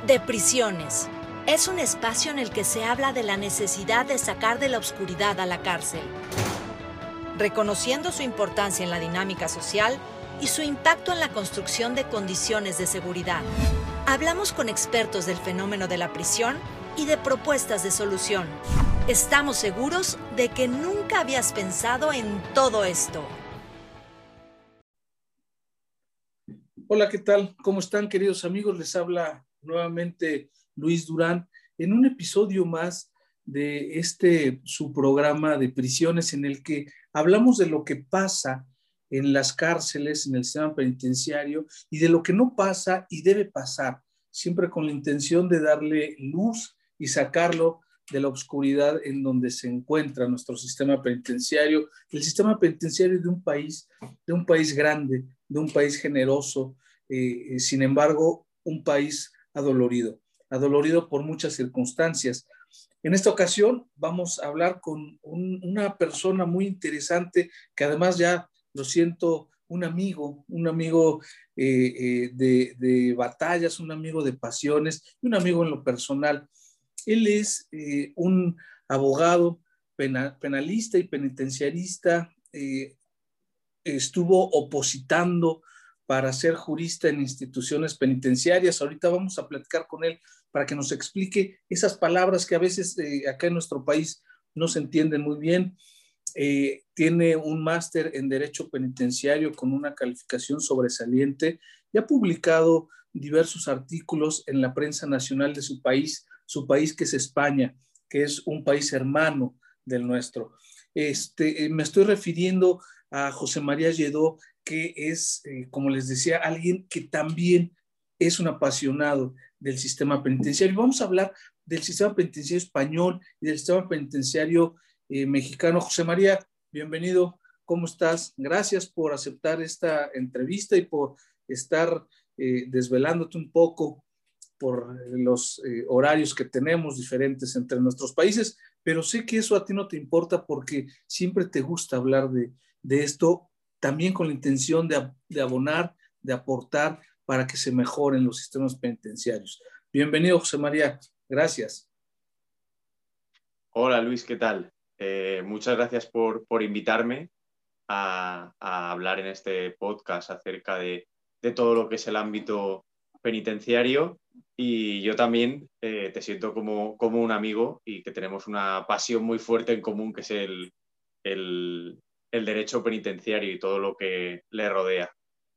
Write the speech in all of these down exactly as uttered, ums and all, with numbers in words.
De Prisiones. Es un espacio en el que se habla de la necesidad de sacar de la oscuridad a la cárcel, reconociendo su importancia en la dinámica social y su impacto en la construcción de condiciones de seguridad. Hablamos con expertos del fenómeno de la prisión y de propuestas de solución. Estamos seguros de que nunca habías pensado en todo esto. Hola, ¿qué tal? ¿Cómo están, queridos amigos? Les habla nuevamente Luis Durán en un episodio más de este su programa de prisiones en el que hablamos de lo que pasa en las cárceles, en el sistema penitenciario y de lo que no pasa y debe pasar, siempre con la intención de darle luz y sacarlo de la oscuridad en donde se encuentra nuestro sistema penitenciario, el sistema penitenciario de un país, de un país grande, de un país generoso, eh, sin embargo, un país adolorido, adolorido por muchas circunstancias. En esta ocasión vamos a hablar con un, una persona muy interesante que además ya lo siento, un amigo, un amigo eh, eh, de, de batallas, un amigo de pasiones y un amigo en lo personal. Él es eh, un abogado penal, penalista y penitenciarista, eh, estuvo opositando para ser jurista en instituciones penitenciarias. Ahorita vamos a platicar con él para que nos explique esas palabras que a veces eh, acá en nuestro país no se entienden muy bien. Eh, tiene un máster en Derecho Penitenciario con una calificación sobresaliente y ha publicado diversos artículos en la prensa nacional de su país, su país que es España, que es un país hermano del nuestro. Este, eh, me estoy refiriendo a José María Lledó, que es, eh, como les decía, alguien que también es un apasionado del sistema penitenciario. Vamos a hablar del sistema penitenciario español y del sistema penitenciario eh, mexicano. José María, bienvenido. ¿Cómo estás? Gracias por aceptar esta entrevista y por estar eh, desvelándote un poco por los eh, horarios que tenemos diferentes entre nuestros países, pero sé que eso a ti no te importa porque siempre te gusta hablar de, de esto, también con la intención de, de abonar, de aportar para que se mejoren los sistemas penitenciarios. Bienvenido, José María. Gracias. Hola, Luis, ¿qué tal? Eh, muchas gracias por, por invitarme a, a hablar en este podcast acerca de, de todo lo que es el ámbito penitenciario, y yo también eh, te siento como, como un amigo y que tenemos una pasión muy fuerte en común, que es el, el, el derecho penitenciario y todo lo que le rodea.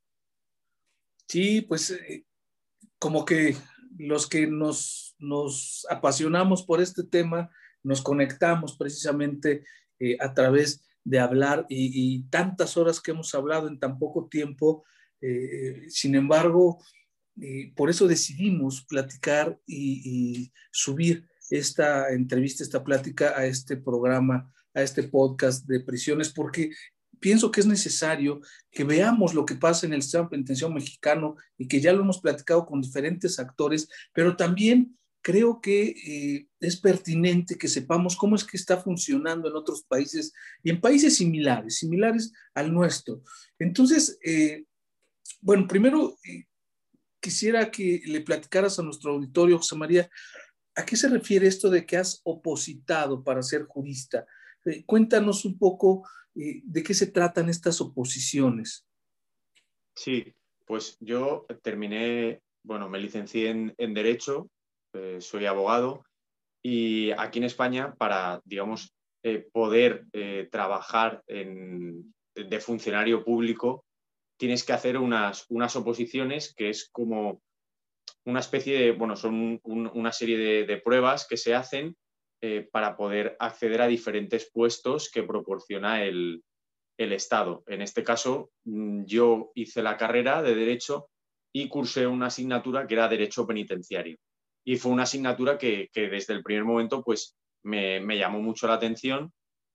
Sí, pues eh, como que los que nos, nos apasionamos por este tema, nos conectamos precisamente eh, a través de hablar y, y tantas horas que hemos hablado en tan poco tiempo. Eh, sin embargo, eh, por eso decidimos platicar y, y subir esta entrevista, esta plática a este programa, a este podcast de prisiones, porque pienso que es necesario que veamos lo que pasa en el sistema penitenciario mexicano y que ya lo hemos platicado con diferentes actores, pero también creo que eh, es pertinente que sepamos cómo es que está funcionando en otros países y en países similares, similares al nuestro. Entonces, eh, bueno, primero eh, quisiera que le platicaras a nuestro auditorio, José María, ¿a qué se refiere esto de que has opositado para ser jurista? Eh, cuéntanos un poco eh, de qué se tratan estas oposiciones. Sí, pues yo terminé, bueno, me licencié en, en Derecho, eh, soy abogado, y aquí en España, para, digamos, eh, poder eh, trabajar en, de funcionario público, tienes que hacer unas, unas oposiciones, que es como una especie de, bueno, son un, una serie de, de pruebas que se hacen eh, para poder acceder a diferentes puestos que proporciona el, el Estado. En este caso, yo hice la carrera de Derecho y cursé una asignatura que era Derecho Penitenciario. Y fue una asignatura que, que desde el primer momento pues, me, me llamó mucho la atención,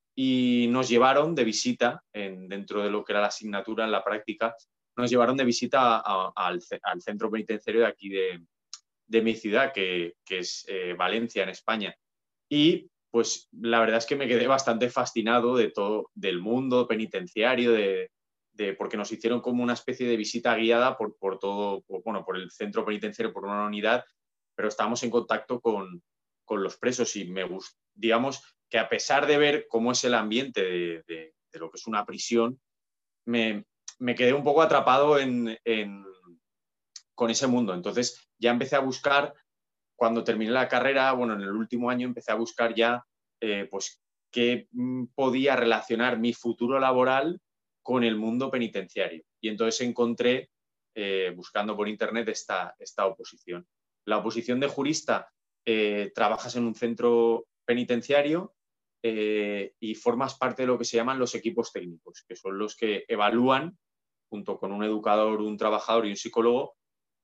y nos llevaron de visita, en, dentro de lo que era la asignatura, en la práctica, nos llevaron de visita a, a, al, al centro penitenciario de aquí de, de mi ciudad, que, que es eh, Valencia, en España. Y pues la verdad es que me quedé bastante fascinado de todo, del mundo penitenciario, de, de, porque nos hicieron como una especie de visita guiada por, por todo, por, bueno, por el centro penitenciario, por una unidad, pero estábamos en contacto con, con los presos y me gusta, digamos que a pesar de ver cómo es el ambiente de, de, de lo que es una prisión, me, me quedé un poco atrapado en, en, con ese mundo. Entonces ya empecé a buscar, cuando terminé la carrera, bueno, en el último año empecé a buscar ya, eh, pues, qué podía relacionar mi futuro laboral con el mundo penitenciario. Y entonces encontré, eh, buscando por internet, esta, esta oposición. La oposición de jurista, eh, trabajas en un centro penitenciario eh, y formas parte de lo que se llaman los equipos técnicos, que son los que evalúan, junto con un educador, un trabajador y un psicólogo,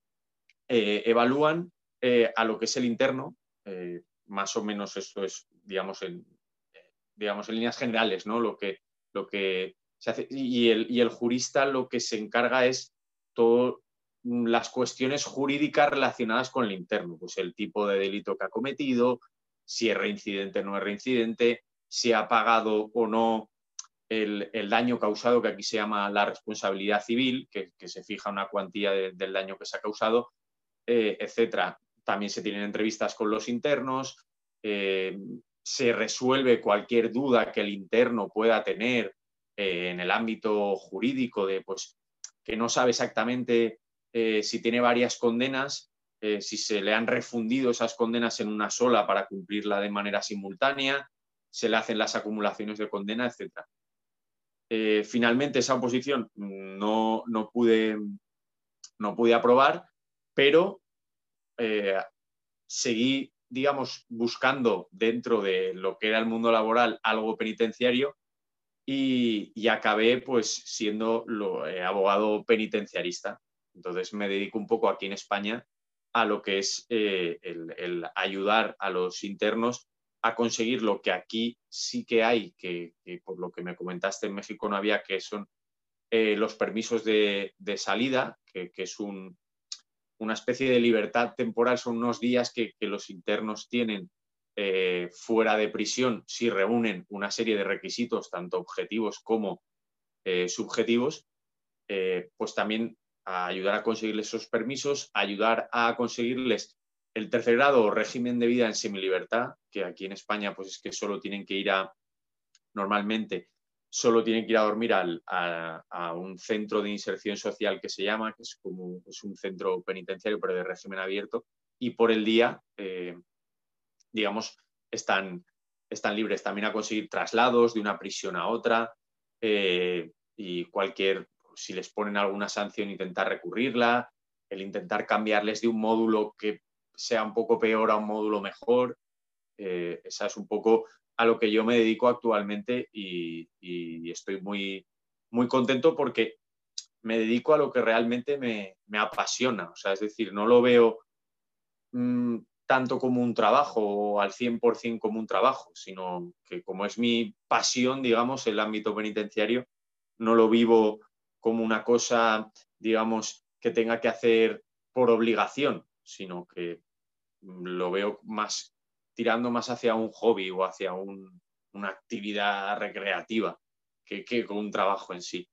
eh, evalúan eh, a lo que es el interno, eh, más o menos esto es, digamos, en, digamos, en líneas generales, ¿no? Lo que, lo que se hace. Y el, y el jurista lo que se encarga es todas las cuestiones jurídicas relacionadas con el interno, pues el tipo de delito que ha cometido, si es reincidente o no es reincidente, si ha pagado o no el, el daño causado, que aquí se llama la responsabilidad civil, que, que se fija una cuantía de, del daño que se ha causado, eh, etcétera. También se tienen entrevistas con los internos, eh, se resuelve cualquier duda que el interno pueda tener eh, en el ámbito jurídico, de pues, que no sabe exactamente eh, si tiene varias condenas, eh, si se le han refundido esas condenas en una sola para cumplirla de manera simultánea, se le hacen las acumulaciones de condena, etcétera. Eh, finalmente esa oposición no, no, pude, no pude aprobar, pero eh, seguí, digamos, buscando dentro de lo que era el mundo laboral algo penitenciario y, y acabé pues siendo lo, eh, abogado penitenciarista. Entonces me dedico un poco aquí en España a lo que es eh, el, el ayudar a los internos a conseguir lo que aquí sí que hay, que, que por lo que me comentaste en México no había, que son eh, los permisos de, de salida, que, que es un, una especie de libertad temporal, son unos días que, que los internos tienen eh, fuera de prisión si reúnen una serie de requisitos, tanto objetivos como eh, subjetivos, eh, pues también a ayudar a conseguirles esos permisos, ayudar a conseguirles el tercer grado o régimen de vida en semilibertad, que aquí en España pues es que solo tienen que ir a, normalmente, solo tienen que ir a dormir al, a, a un centro de inserción social que se llama, que es como es un centro penitenciario pero de régimen abierto, y por el día, eh, digamos, están, están libres también a conseguir traslados de una prisión a otra eh, y cualquier, si les ponen alguna sanción, intentar recurrirla, el intentar cambiarles de un módulo que sea un poco peor a un módulo mejor. Eh, esa es un poco a lo que yo me dedico actualmente y, y estoy muy, muy contento porque me dedico a lo que realmente me, me apasiona. O sea, es decir, no lo veo mmm, tanto como un trabajo o al cien por ciento como un trabajo, sino que como es mi pasión, digamos, el ámbito penitenciario, no lo vivo como una cosa, digamos, que tenga que hacer por obligación, sino que lo veo más tirando más hacia un hobby o hacia un, una actividad recreativa que, que con un trabajo en sí.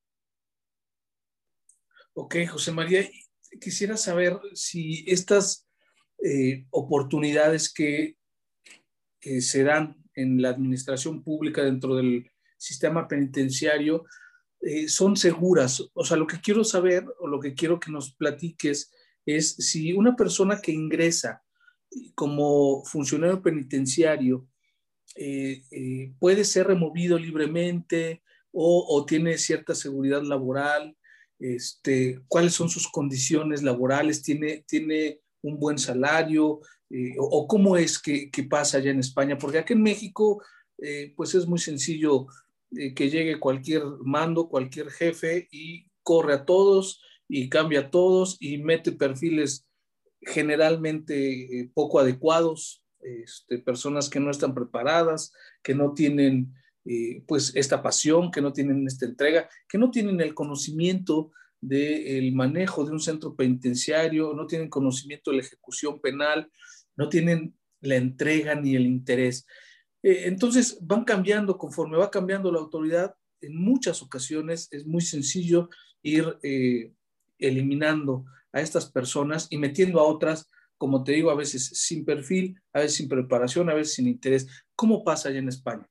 Ok, José María, quisiera saber si estas eh, oportunidades que, que se dan en la administración pública dentro del sistema penitenciario eh, son seguras. O sea, lo que quiero saber o lo que quiero que nos platiques es si una persona que ingresa como funcionario penitenciario eh, eh, puede ser removido libremente o, o tiene cierta seguridad laboral, este, cuáles son sus condiciones laborales, tiene, tiene un buen salario eh, o, o cómo es que, que pasa allá en España, porque aquí en México eh, pues es muy sencillo eh, que llegue cualquier mando, cualquier jefe y corre a todos y cambia a todos y mete perfiles generalmente eh, poco adecuados, este, personas que no están preparadas, que no tienen eh, pues esta pasión, que no tienen esta entrega, que no tienen el conocimiento del manejo de un centro penitenciario, no tienen conocimiento de la ejecución penal, no tienen la entrega ni el interés. Eh, entonces van cambiando conforme va cambiando la autoridad. En muchas ocasiones es muy sencillo ir eh, eliminando a estas personas y metiendo a otras como te digo, a veces sin perfil, a veces sin preparación, a veces sin interés. ¿Cómo pasa allá en España?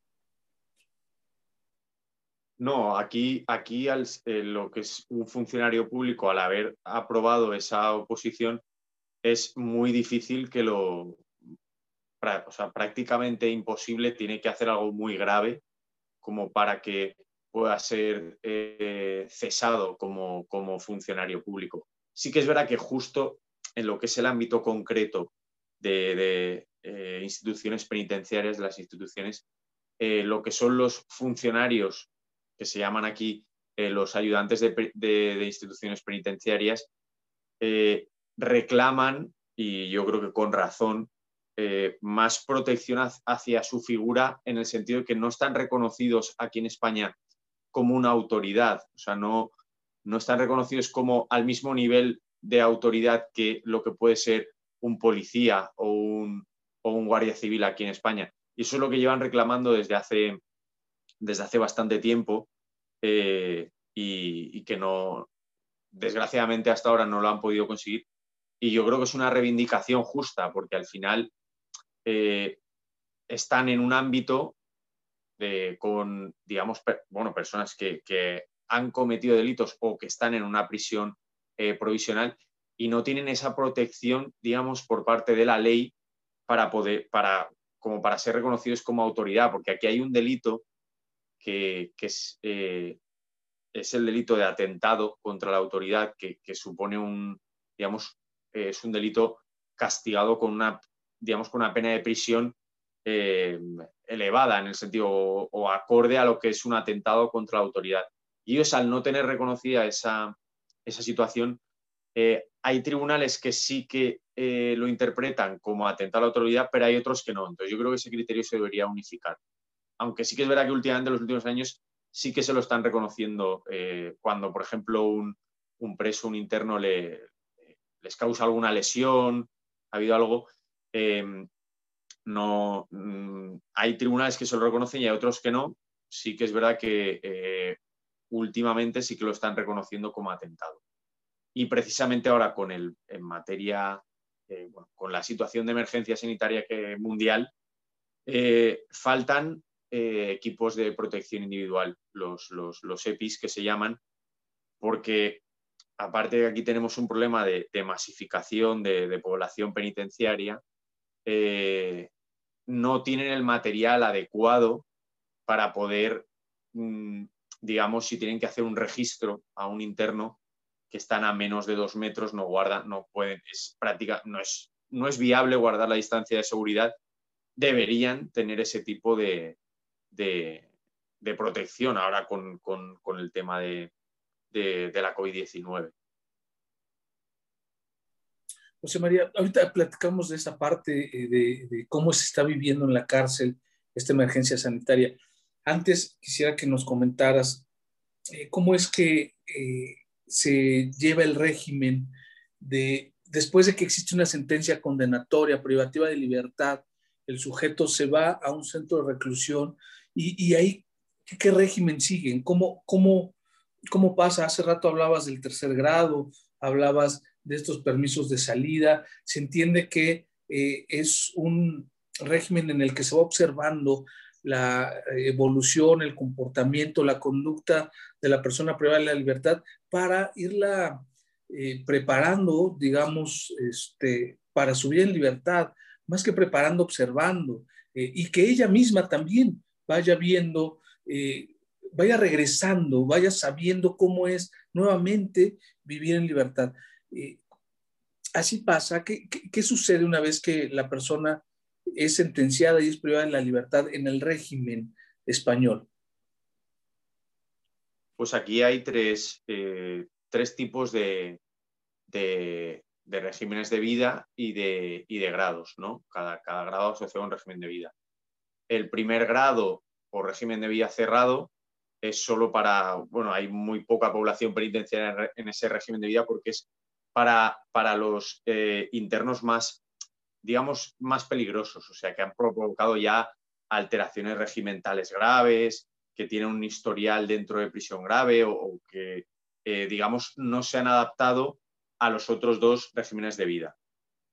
No, aquí, aquí al, eh, lo que es un funcionario público, al haber aprobado esa oposición, es muy difícil que lo, o sea, prácticamente imposible, tiene que hacer algo muy grave como para que pueda ser eh, cesado como, como funcionario público. Sí que es verdad que justo en lo que es el ámbito concreto de, de eh, instituciones penitenciarias, de las instituciones, eh, lo que son los funcionarios que se llaman aquí eh, los ayudantes de, de, de instituciones penitenciarias, eh, reclaman, y yo creo que con razón, eh, más protección hacia su figura, en el sentido de que no están reconocidos aquí en España como una autoridad, o sea, no, no están reconocidos como al mismo nivel de autoridad que lo que puede ser un policía o un, o un guardia civil aquí en España. Y eso es lo que llevan reclamando desde hace, desde hace bastante tiempo, eh, y, y que no, desgraciadamente hasta ahora no lo han podido conseguir. Y yo creo que es una reivindicación justa, porque al final eh, están en un ámbito de, con, digamos, per, bueno, personas que, que, han cometido delitos o que están en una prisión eh, provisional y no tienen esa protección, digamos, por parte de la ley para poder, para, como para ser reconocidos como autoridad, porque aquí hay un delito que, que es, eh, es el delito de atentado contra la autoridad, que, que supone un, digamos, eh, es un delito castigado con una, digamos, con una pena de prisión eh, elevada, en el sentido, o, o acorde a lo que es un atentado contra la autoridad. Y ellos, al no tener reconocida esa, esa situación, eh, hay tribunales que sí que eh, lo interpretan como atentado a la autoridad, pero hay otros que no. Entonces yo creo que ese criterio se debería unificar. Aunque sí que es verdad que últimamente, en los últimos años, sí que se lo están reconociendo eh, cuando, por ejemplo, un, un preso, un interno, le, les causa alguna lesión, ha habido algo, eh, no, mmm, hay tribunales que se lo reconocen y hay otros que no. Sí que es verdad que eh, últimamente sí que lo están reconociendo como atentado. Y precisamente ahora con el, en materia, eh, bueno, con la situación de emergencia sanitaria que, mundial, eh, faltan eh, equipos de protección individual, los, los, los E P Is que se llaman, porque aparte de que aquí tenemos un problema de, de masificación de, de población penitenciaria, eh, no tienen el material adecuado para poder, mmm, digamos, si tienen que hacer un registro a un interno que están a menos de dos metros, no guardan, no pueden, es práctica, no es, no es viable guardar la distancia de seguridad. Deberían tener ese tipo de, de, de protección ahora con, con, con el tema de, de, de la COVID diecinueve. José María, ahorita platicamos de esa parte de, de cómo se está viviendo en la cárcel esta emergencia sanitaria. Antes quisiera que nos comentaras eh, cómo es que eh, se lleva el régimen de, después de que existe una sentencia condenatoria privativa de libertad, el sujeto se va a un centro de reclusión y, y ahí, ¿qué, qué régimen siguen? ¿Cómo, cómo, ¿Cómo pasa? Hace rato hablabas del tercer grado, hablabas de estos permisos de salida. Se entiende que eh, es un régimen en el que se va observando la evolución, el comportamiento, la conducta de la persona privada de la libertad para irla eh, preparando, digamos, este, para su vida en libertad, más que preparando, observando, eh, y que ella misma también vaya viendo, eh, vaya regresando, vaya sabiendo cómo es nuevamente vivir en libertad. Eh, así pasa. ¿Qué, qué, ¿Qué sucede una vez que la persona es sentenciada y es privada de la libertad en el régimen español? Pues aquí hay tres, eh, tres tipos de, de, de regímenes de vida y de, y de grados, ¿no? Cada, cada grado asocia a un régimen de vida. El primer grado o régimen de vida cerrado es solo para, bueno, hay muy poca población penitenciaria en ese régimen de vida porque es para, para los eh, internos más, digamos, más peligrosos, o sea, que han provocado ya alteraciones regimentales graves, que tienen un historial dentro de prisión grave o, o que, eh, digamos, no se han adaptado a los otros dos regímenes de vida.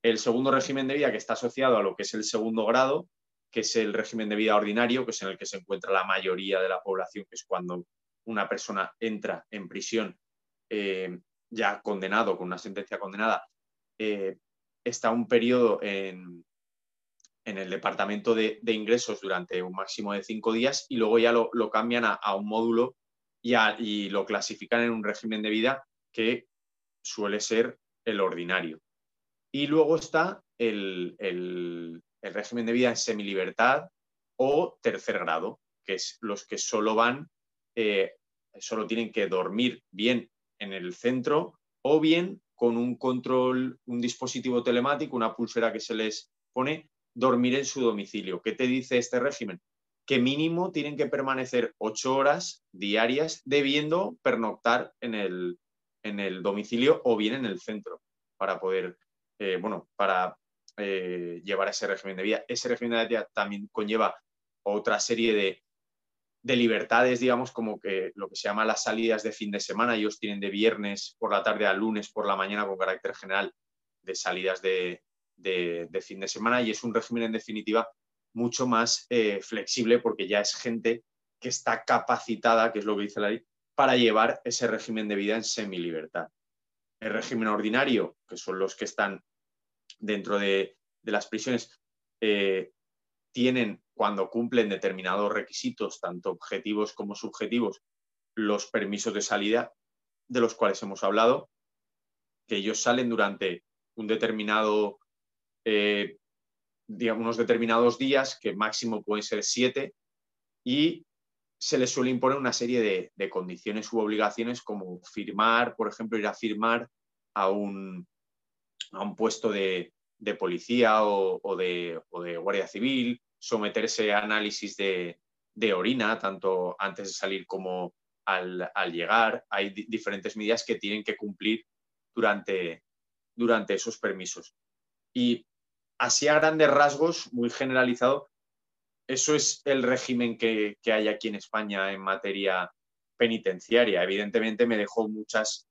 El segundo régimen de vida, que está asociado a lo que es el segundo grado, que es el régimen de vida ordinario, que es en el que se encuentra la mayoría de la población, que es cuando una persona entra en prisión eh, ya condenado, con una sentencia condenada, eh, está un periodo en, en el departamento de, de ingresos durante un máximo de cinco días y luego ya lo, lo cambian a, a un módulo y, a, y lo clasifican en un régimen de vida que suele ser el ordinario. Y luego está el, el, el régimen de vida en semilibertad o tercer grado, que es los que solo van, eh, solo tienen que dormir bien en el centro o bien con un control, un dispositivo telemático, una pulsera que se les pone, dormir en su domicilio. ¿Qué te dice este régimen? Que mínimo tienen que permanecer ocho horas diarias debiendo pernoctar en el, en el domicilio o bien en el centro para poder, eh, bueno, para eh, llevar ese régimen de vida. Ese régimen de vida también conlleva otra serie de, de libertades, digamos, como que lo que se llama las salidas de fin de semana. Ellos tienen de viernes por la tarde a lunes por la mañana con carácter general de salidas de, de, de fin de semana y es un régimen en definitiva mucho más eh, flexible porque ya es gente que está capacitada, que es lo que dice la ley, para llevar ese régimen de vida en semilibertad. El régimen ordinario, que son los que están dentro de, de las prisiones, eh, tienen, cuando cumplen determinados requisitos, tanto objetivos como subjetivos, los permisos de salida de los cuales hemos hablado, que ellos salen durante un determinado, eh, digamos, unos determinados días, que máximo pueden ser siete, y se les suele imponer una serie de, de condiciones u obligaciones como firmar, por ejemplo, ir a firmar a un, a un puesto de, de policía o, o, de, o de guardia civil, someterse a análisis de, de orina, tanto antes de salir como al, al llegar. Hay di- diferentes medidas que tienen que cumplir durante, durante esos permisos. Y así a grandes rasgos, muy generalizado, eso es el régimen que, que hay aquí en España en materia penitenciaria. Evidentemente me dejó muchas,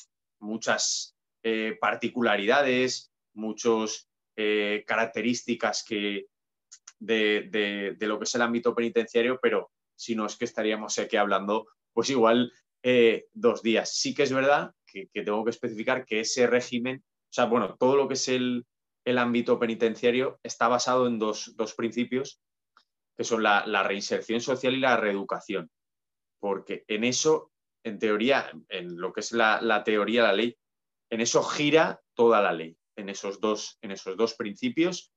muchas eh, particularidades, muchas eh, características que, de, de, de lo que es el ámbito penitenciario, pero si no es que estaríamos aquí hablando, pues igual eh, dos días. Sí que es verdad que, que tengo que especificar que ese régimen, o sea, bueno, todo lo que es el, el ámbito penitenciario está basado en dos, dos principios, que son la, la reinserción social y la reeducación. Porque en eso, en teoría, en lo que es la, la teoría de la ley, en eso gira toda la ley, en esos dos, en esos dos principios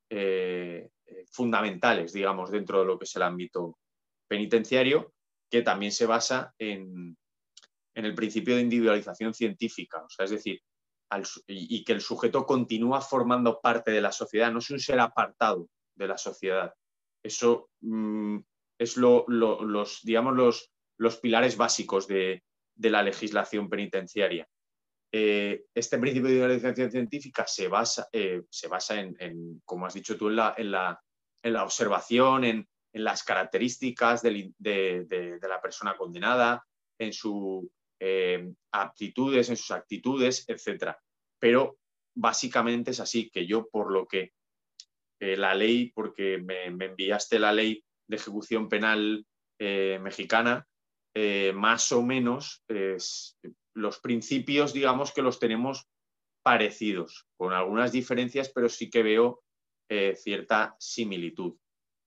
eh, fundamentales, digamos, dentro de lo que es el ámbito penitenciario, que también se basa en, en el principio de individualización científica, o sea, es decir, al, y, y que el sujeto continúa formando parte de la sociedad, no es un ser apartado de la sociedad. Eso mmm, es lo, lo, los, digamos, los, los pilares básicos de, de la legislación penitenciaria. Eh, este principio de individualización científica se basa, eh, se basa en, en, como has dicho tú, en la, en la, en la observación, en, en las características de, de, de, de la persona condenada, en sus eh, aptitudes, en sus actitudes, etcétera. Pero básicamente es así, que yo por lo que eh, la ley, porque me, me enviaste la ley de ejecución penal eh, mexicana, eh, más o menos eh, los principios, digamos que los tenemos parecidos, con algunas diferencias, pero sí que veo eh, cierta similitud.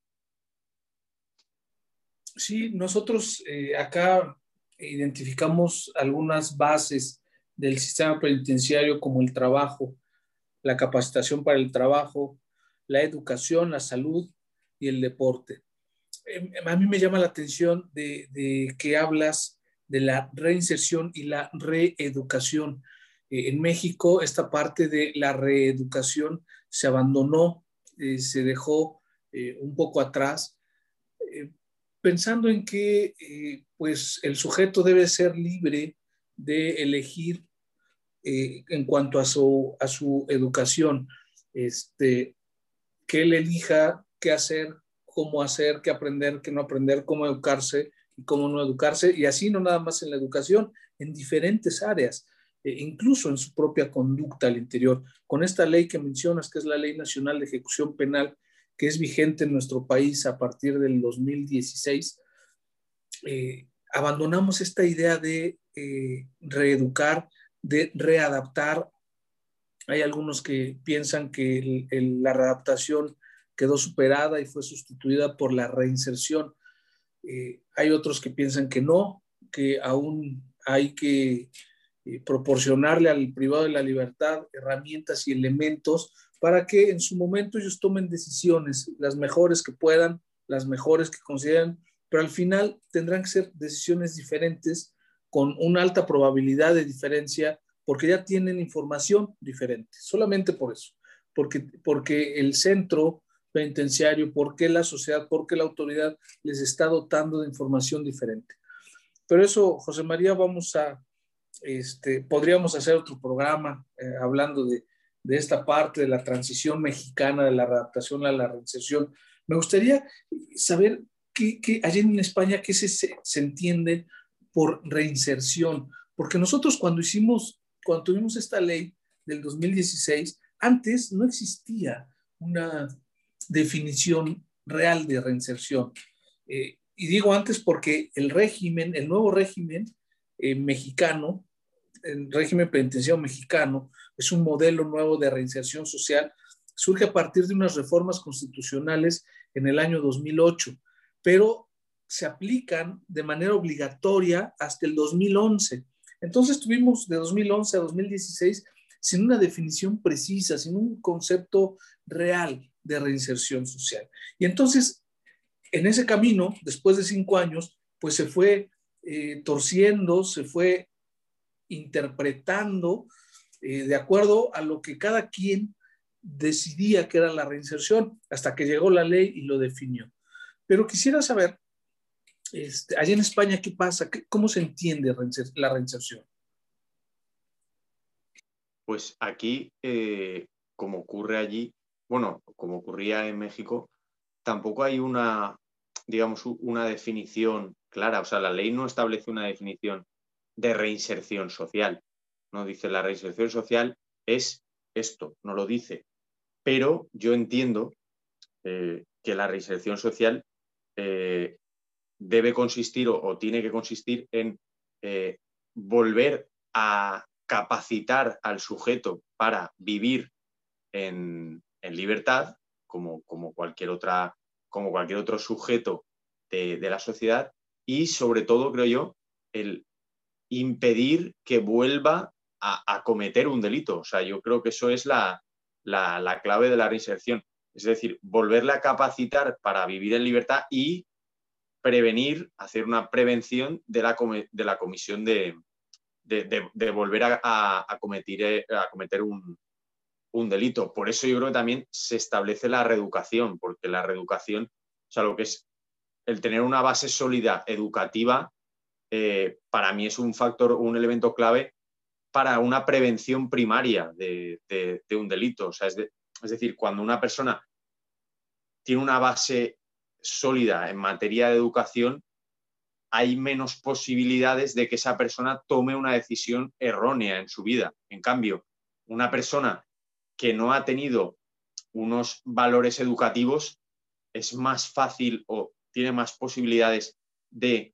Sí, nosotros eh, acá identificamos algunas bases del sistema penitenciario como el trabajo, la capacitación para el trabajo, la educación, la salud y el deporte. Eh, a mí me llama la atención de, de que hablas de la reinserción y la reeducación. Eh, en México, esta parte de la reeducación se abandonó, eh, se dejó eh, un poco atrás, eh, pensando en que eh, pues el sujeto debe ser libre de elegir eh, en cuanto a su, a su educación, este, que él elija qué hacer, cómo hacer, qué aprender, qué no aprender, cómo educarse y cómo no educarse, y así no nada más en la educación, en diferentes áreas. eh, incluso en su propia conducta al interior. Con esta ley que mencionas, que es la Ley Nacional de Ejecución Penal, que es vigente en nuestro país a partir del dos mil dieciséis, eh, abandonamos esta idea de eh, reeducar, de readaptar. Hay algunos que piensan que el, el, la readaptación quedó superada y fue sustituida por la reinserción. Eh, hay otros que piensan que no, que aún hay que eh, proporcionarle al privado de la libertad herramientas y elementos para que en su momento ellos tomen decisiones, las mejores que puedan, las mejores que consideren, pero al final tendrán que ser decisiones diferentes con una alta probabilidad de diferencia porque ya tienen información diferente, solamente por eso, porque, porque el centro penitenciario, porque la sociedad, porque la autoridad les está dotando de información diferente. Pero eso, José María, vamos a, este, podríamos hacer otro programa eh, hablando de, de esta parte de la transición mexicana, de la adaptación a la reinserción. Me gustaría saber qué, qué allá en España, qué se, se, se entiende por reinserción, porque nosotros cuando hicimos, cuando tuvimos esta ley del dos mil dieciséis, antes no existía una definición real de reinserción. Eh, y digo antes porque el régimen, el nuevo régimen eh, mexicano, el régimen penitenciario mexicano, es un modelo nuevo de reinserción social, surge a partir de unas reformas constitucionales en el año dos mil ocho, pero se aplican de manera obligatoria hasta el dos mil once. Entonces tuvimos de dos mil once a dos mil dieciséis sin una definición precisa, sin un concepto real de reinserción social. Y entonces, en ese camino, después de cinco años, pues se fue eh, torciendo, se fue interpretando eh, de acuerdo a lo que cada quien decidía que era la reinserción, hasta que llegó la ley y lo definió. Pero quisiera saber, este, allá en España, ¿qué pasa? ¿Qué, ¿Cómo se entiende la reinserción? Pues aquí, eh, como ocurre allí, bueno, como ocurría en México, tampoco hay una, digamos, una definición clara. O sea, la ley no establece una definición de reinserción social. No dice la reinserción social es esto, no lo dice. Pero yo entiendo eh, que la reinserción social eh, debe consistir o, o tiene que consistir en eh, volver a capacitar al sujeto para vivir en, en libertad, como, como, cualquier otra, como cualquier otro sujeto de, de la sociedad, y sobre todo, creo yo, el impedir que vuelva a, a cometer un delito. O sea, yo creo que eso es la, la, la clave de la reinserción. Es decir, volverle a capacitar para vivir en libertad y prevenir, hacer una prevención de la, de la comisión de, de, de, de volver a, a, a, cometer, a cometer un, un delito. Por eso yo creo que también se establece la reeducación, porque la reeducación, o sea, lo que es el tener una base sólida educativa, eh, para mí es un factor, un elemento clave para una prevención primaria de, de, de un delito. O sea, es, de, es decir, cuando una persona tiene una base sólida en materia de educación, hay menos posibilidades de que esa persona tome una decisión errónea en su vida. En cambio, una persona que no ha tenido unos valores educativos es más fácil o tiene más posibilidades de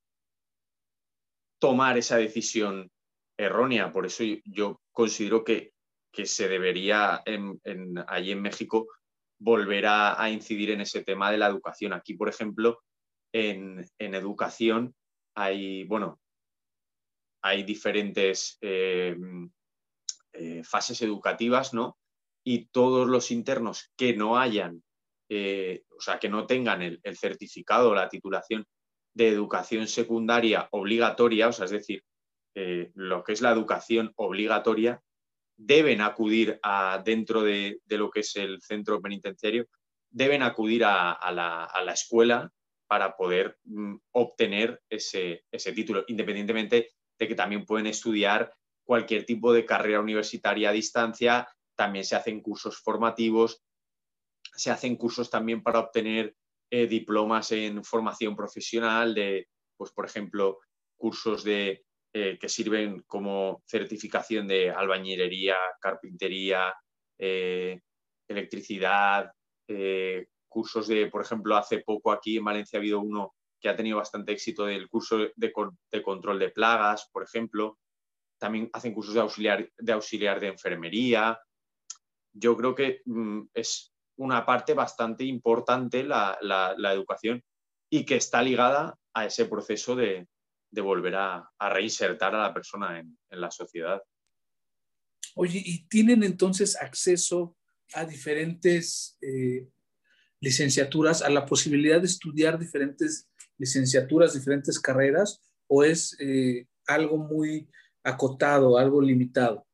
tomar esa decisión errónea. Por eso yo, yo considero que, que se debería en, en, allí en México volver a, a incidir en ese tema de la educación. Aquí, por ejemplo, en, en educación hay, bueno, hay diferentes eh, eh, fases educativas, ¿no? Y todos los internos que no hayan, eh, o sea, que no tengan el, el certificado o la titulación de educación secundaria obligatoria, o sea, es decir, eh, lo que es la educación obligatoria, deben acudir a, dentro de, de lo que es el centro penitenciario, deben acudir a, a, la, a la escuela para poder mm, obtener ese, ese título, independientemente de que también pueden estudiar cualquier tipo de carrera universitaria a distancia, también se hacen cursos formativos, se hacen cursos también para obtener eh, diplomas en formación profesional, de, pues, por ejemplo, cursos de, eh, que sirven como certificación de albañilería, carpintería, eh, electricidad, eh, cursos de, por ejemplo, hace poco aquí en Valencia ha habido uno que ha tenido bastante éxito del curso de, de control de plagas, por ejemplo. También hacen cursos de auxiliar de, auxiliar de enfermería. Yo creo que mmm, es una parte bastante importante la, la, la educación y que está ligada a ese proceso de, de volver a, a reinsertar a la persona en, en la sociedad. Oye, ¿y tienen entonces acceso a diferentes eh, licenciaturas, a la posibilidad de estudiar diferentes licenciaturas, diferentes carreras, o es eh, algo muy acotado, algo limitado?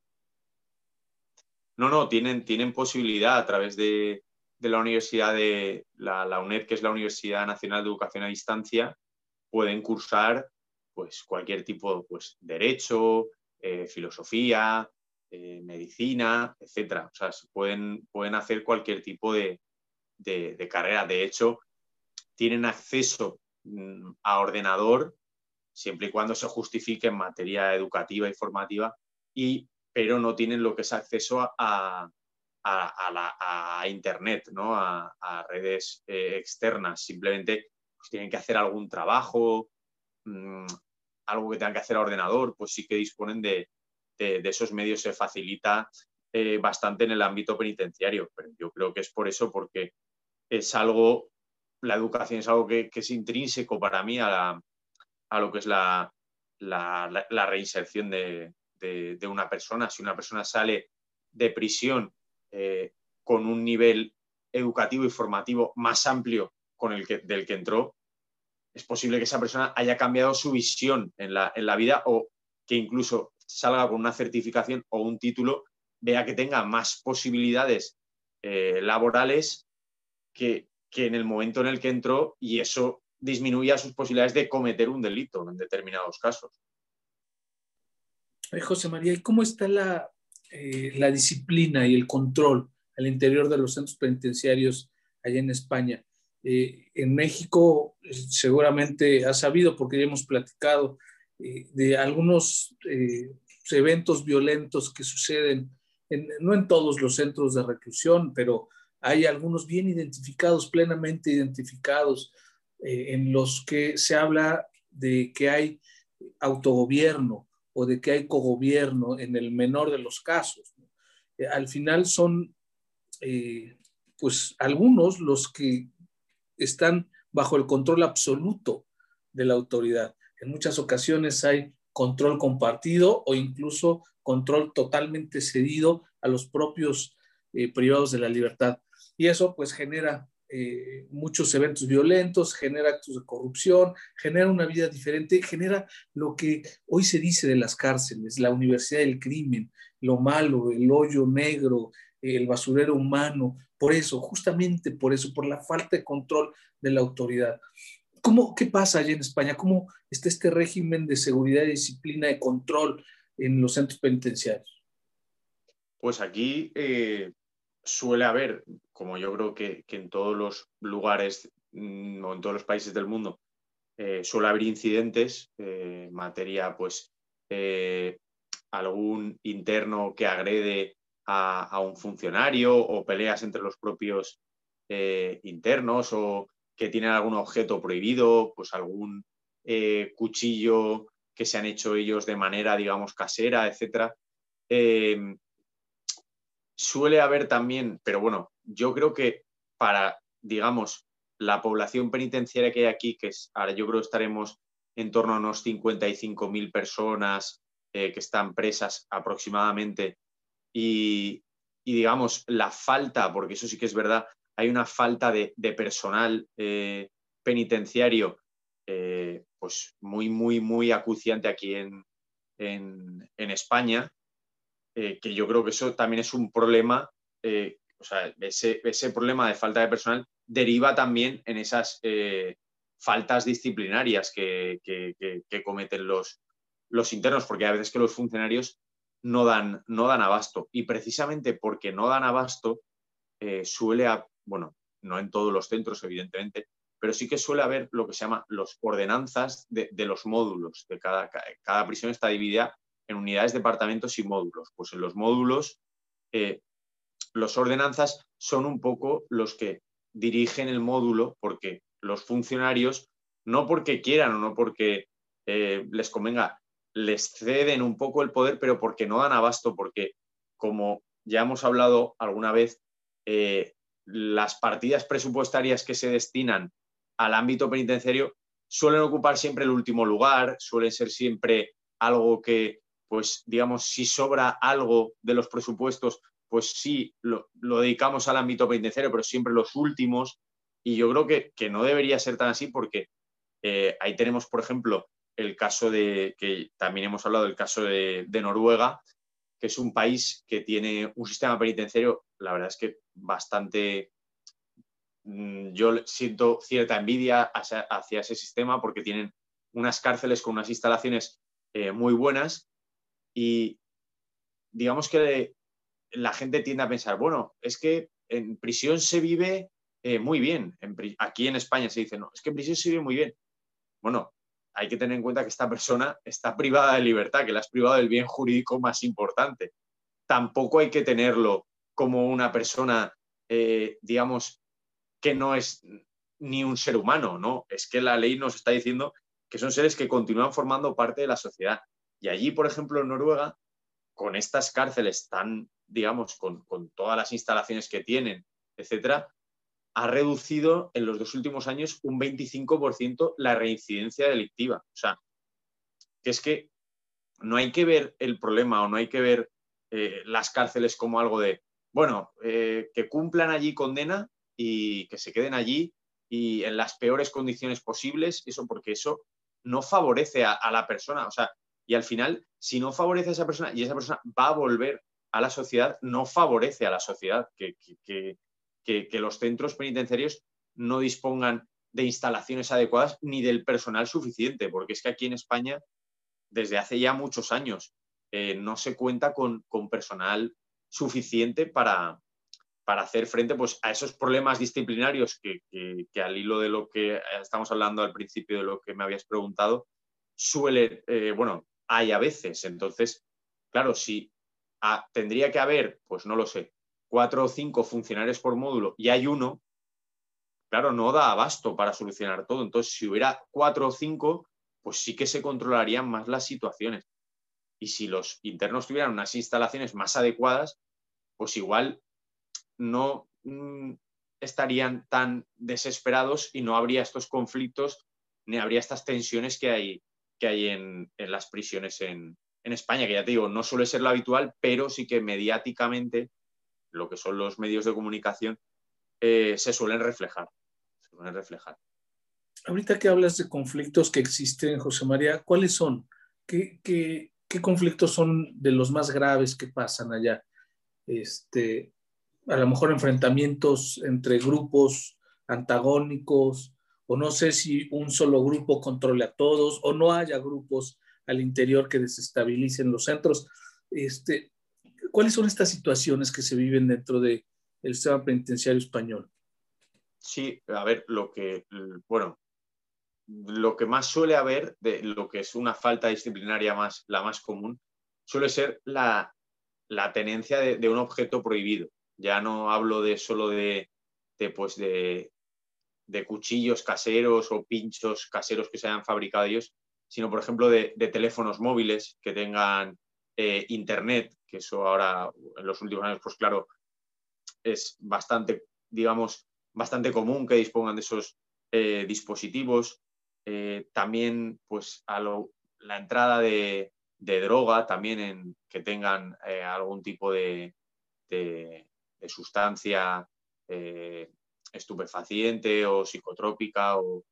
No, no, tienen, tienen posibilidad a través de, de la universidad de la, la UNED, que es la Universidad Nacional de Educación a Distancia, pueden cursar pues, cualquier tipo, pues, derecho, eh, filosofía, eh, medicina, etcétera. O sea, pueden, pueden hacer cualquier tipo de, de, de carrera. De hecho, tienen acceso mmm, a ordenador siempre y cuando se justifique en materia educativa y formativa, y, pero no tienen lo que es acceso a, a, a, la, a Internet, ¿no? a, a redes eh, externas. Simplemente pues, tienen que hacer algún trabajo, mmm, algo que tengan que hacer a ordenador, pues sí que disponen de, de, de esos medios. Se facilita eh, bastante en el ámbito penitenciario, pero yo creo que es por eso, porque es algo, la educación es algo que, que es intrínseco para mí a, la, a lo que es la, la, la, la reinserción de, de, de una persona. Si una persona sale de prisión eh, con un nivel educativo y formativo más amplio con el que, del que entró, es posible que esa persona haya cambiado su visión en la, en la vida, o que incluso salga con una certificación o un título, vea que tenga más posibilidades eh, laborales que, que en el momento en el que entró, y eso disminuya sus posibilidades de cometer un delito en determinados casos. Ay, José María, ¿y cómo está la, eh, la disciplina y el control al interior de los centros penitenciarios allá en España? Eh, en México eh, seguramente has sabido, porque ya hemos platicado eh, de algunos eh, eventos violentos que suceden, en, no en todos los centros de reclusión, pero hay algunos bien identificados, plenamente identificados, eh, en los que se habla de que hay autogobierno o de que hay cogobierno en el menor de los casos. Eh, al final son, eh, pues, algunos los que están bajo el control absoluto de la autoridad. En muchas ocasiones hay control compartido o incluso control totalmente cedido a los propios eh, privados de la libertad. Y eso pues genera eh, muchos eventos violentos, genera actos de corrupción, genera una vida diferente, genera lo que hoy se dice de las cárceles, la universidad del crimen, lo malo, el hoyo negro, el basurero humano. Por eso, justamente por eso, por la falta de control de la autoridad. ¿Cómo, ¿Qué pasa allá en España? ¿Cómo está este régimen de seguridad y disciplina de control en los centros penitenciarios? Pues aquí eh, suele haber, como yo creo que, que en todos los lugares mmm, o en todos los países del mundo, eh, suele haber incidentes eh, en materia, pues, eh, algún interno que agrede a, a un funcionario, o peleas entre los propios eh, internos, o que tienen algún objeto prohibido, pues algún eh, cuchillo que se han hecho ellos de manera, digamos, casera, etcétera. Eh, suele haber también, pero bueno, yo creo que para, digamos, la población penitenciaria que hay aquí, que es, ahora yo creo que estaremos en torno a unos cincuenta y cinco mil personas eh, que están presas aproximadamente, y, y, digamos, la falta, porque eso sí que es verdad, hay una falta de, de personal eh, penitenciario eh, pues muy, muy, muy acuciante aquí en, en, en España. Eh, que yo creo que eso también es un problema, eh, o sea, ese, ese problema de falta de personal deriva también en esas eh, faltas disciplinarias que, que, que, que cometen los, los internos, porque a veces que los funcionarios no dan, no dan abasto, y precisamente porque no dan abasto, eh, suele, a, bueno, no en todos los centros, evidentemente, pero sí que suele haber lo que se llama los ordenanzas de, de los módulos. De cada, cada prisión está dividida en unidades, departamentos y módulos. Pues en los módulos, eh, los ordenanzas son un poco los que dirigen el módulo, porque los funcionarios, no porque quieran o no porque eh, les convenga, les ceden un poco el poder, pero porque no dan abasto, porque como ya hemos hablado alguna vez, eh, las partidas presupuestarias que se destinan al ámbito penitenciario suelen ocupar siempre el último lugar, suelen ser siempre algo que, pues digamos, si sobra algo de los presupuestos, pues sí, lo, lo dedicamos al ámbito penitenciario, pero siempre los últimos, y yo creo que, que no debería ser tan así porque eh, ahí tenemos, por ejemplo, el caso de, que también hemos hablado del caso de, de Noruega, que es un país que tiene un sistema penitenciario, la verdad es que bastante, yo siento cierta envidia hacia, hacia ese sistema porque tienen unas cárceles con unas instalaciones eh, muy buenas y digamos que la gente tiende a pensar, bueno, es que en prisión se vive eh, muy bien. En, aquí en España se dice, no, es que en prisión se vive muy bien. Bueno, hay que tener en cuenta que esta persona está privada de libertad, que la has privado del bien jurídico más importante. Tampoco hay que tenerlo como una persona, eh, digamos, que no es ni un ser humano, ¿no? Es que la ley nos está diciendo que son seres que continúan formando parte de la sociedad. Y allí, por ejemplo, en Noruega, con estas cárceles tan, digamos, con, con todas las instalaciones que tienen, etcétera, ha reducido en los dos últimos años un veinticinco por ciento la reincidencia delictiva. O sea, que es que no hay que ver el problema o no hay que ver eh, las cárceles como algo de, bueno, eh, que cumplan allí condena y que se queden allí y en las peores condiciones posibles, eso porque eso no favorece a, a la persona. O sea, y al final, si no favorece a esa persona y esa persona va a volver a la sociedad, no favorece a la sociedad que, que, que, que, que los centros penitenciarios no dispongan de instalaciones adecuadas ni del personal suficiente, porque es que aquí en España, desde hace ya muchos años, eh, no se cuenta con, con personal suficiente para, para hacer frente pues, a esos problemas disciplinarios que, que, que al hilo de lo que estamos hablando al principio de lo que me habías preguntado, suele, eh, bueno, hay a veces. Entonces, claro, si a, tendría que haber, pues no lo sé, cuatro o cinco funcionarios por módulo y hay uno, claro, no da abasto para solucionar todo. Entonces, si hubiera cuatro o cinco, pues sí que se controlarían más las situaciones. Y si los internos tuvieran unas instalaciones más adecuadas, pues igual no mmm, estarían tan desesperados y no habría estos conflictos ni habría estas tensiones que hay, que hay en, en las prisiones en, en España, que ya te digo, no suele ser lo habitual, pero sí que mediáticamente, lo que son los medios de comunicación, eh, se suelen reflejar. Se suelen reflejar. Ahorita que hablas de conflictos que existen, José María, ¿cuáles son? ¿Qué, qué, qué conflictos son de los más graves que pasan allá? Este, a lo mejor enfrentamientos entre grupos antagónicos, o no sé si un solo grupo controle a todos, o no haya grupos al interior que desestabilicen los centros. Este, ¿Cuáles son estas situaciones que se viven dentro del sistema penitenciario español? Sí, a ver, lo que, bueno, lo que más suele haber, de lo que es una falta disciplinaria más, la más común, suele ser la, la tenencia de, de un objeto prohibido. Ya no hablo de solo de, de, pues de, de cuchillos caseros o pinchos caseros que se hayan fabricado ellos, sino, por ejemplo, de, de teléfonos móviles que tengan eh, internet, que eso ahora, en los últimos años, pues claro, es bastante, digamos, bastante común que dispongan de esos eh, dispositivos. Eh, también, pues, a lo, la entrada de, de droga, también en que tengan eh, algún tipo de, de, de sustancia eh, estupefaciente o psicotrópica o,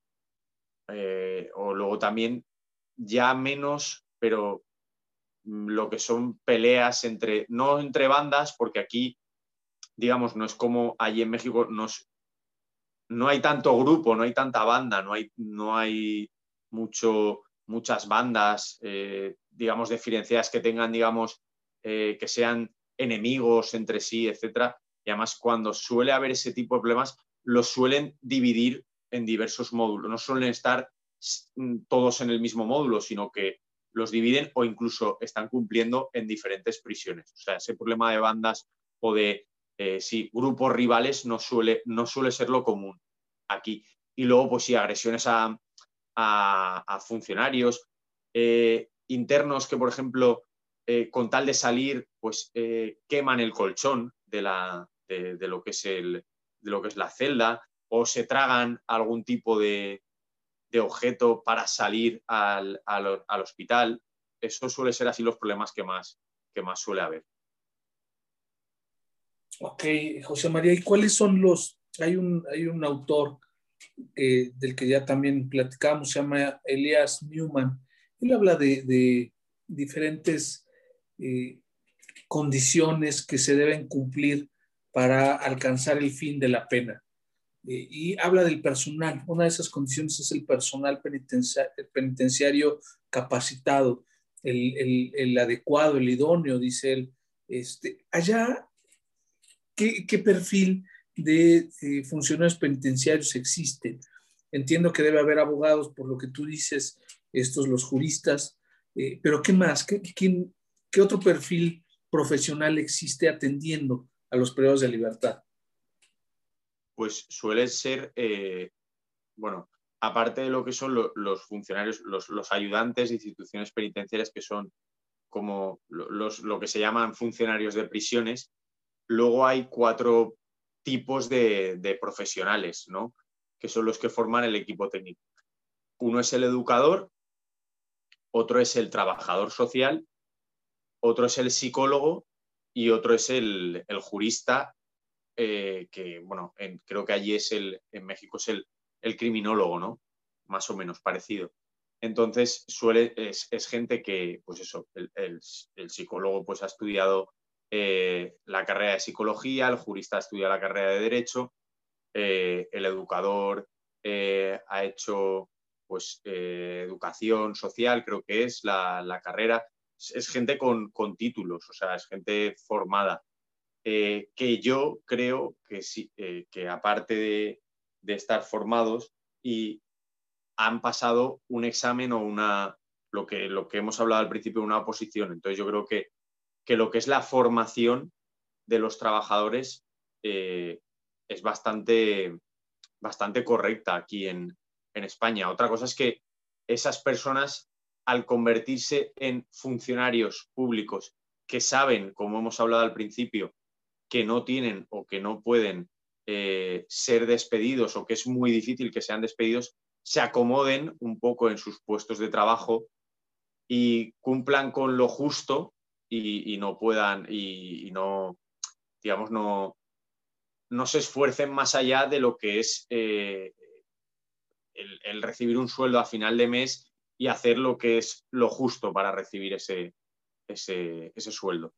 eh, o luego también ya menos, pero lo que son peleas entre, no entre bandas, porque aquí, digamos, no es como allí en México, no, es, no hay tanto grupo, no hay tanta banda, no hay, no hay mucho, muchas bandas, eh, digamos, diferenciadas que tengan, digamos, eh, que sean enemigos entre sí, etcétera. Y además, cuando suele haber ese tipo de problemas, los suelen dividir en diversos módulos, no suelen estar todos en el mismo módulo, sino que los dividen o incluso están cumpliendo en diferentes prisiones. O sea, ese problema de bandas o de eh, sí, grupos rivales no suele, no suele ser lo común aquí. Y luego, pues sí, agresiones a, a, a funcionarios eh, internos que, por ejemplo, eh, con tal de salir, pues eh, queman el colchón de, la, de, de, lo que es el, de lo que es la celda, o se tragan algún tipo de, de objeto para salir al, al, al hospital. Eso suele ser así los problemas que más, que más suele haber. Ok, José María, ¿y cuáles son los...? Hay un, hay un autor eh, del que ya también platicamos, se llama Elias Newman. Él habla de, de diferentes eh, condiciones que se deben cumplir para alcanzar el fin de la pena. Eh, y habla del personal. Una de esas condiciones es el personal penitenciario, el penitenciario capacitado, el, el, el adecuado, el idóneo, dice él. Este, allá, ¿qué, qué perfil de eh, funcionarios penitenciarios existen? Entiendo que debe haber abogados, por lo que tú dices, estos los juristas, eh, pero ¿qué más? ¿Qué, quién, ¿Qué otro perfil profesional existe atendiendo a los privados de libertad? Pues suele ser, eh, bueno, aparte de lo que son lo, los funcionarios, los, los ayudantes de instituciones penitenciarias, que son como los, lo que se llaman funcionarios de prisiones, luego hay cuatro tipos de, de profesionales, ¿no? Que son los que forman el equipo técnico. Uno es el educador, otro es el trabajador social, otro es el psicólogo y otro es el, el jurista, eh, que, bueno, en, creo que allí es el, en México es el, el criminólogo, ¿no? Más o menos parecido. Entonces, suele, es, es gente que, pues eso, el, el, el psicólogo pues ha estudiado eh, la carrera de psicología, el jurista ha estudiado la carrera de derecho, eh, el educador eh, ha hecho pues eh, educación social, creo que es la, la carrera. Es, es gente con, con títulos, o sea, es gente formada. Eh, que yo creo que sí, eh, que aparte de, de estar formados y han pasado un examen o una, lo que, lo que hemos hablado al principio, una oposición. Entonces yo creo que, que lo que es la formación de los trabajadores eh, es bastante, bastante correcta aquí en, en España. Otra cosa es que esas personas, al convertirse en funcionarios públicos que saben, como hemos hablado al principio, que no tienen o que no pueden eh, ser despedidos o que es muy difícil que sean despedidos, se acomoden un poco en sus puestos de trabajo y cumplan con lo justo y, y no puedan, y, y no, digamos, no, no se esfuercen más allá de lo que es eh, el, el recibir un sueldo a final de mes y hacer lo que es lo justo para recibir ese, ese, ese sueldo.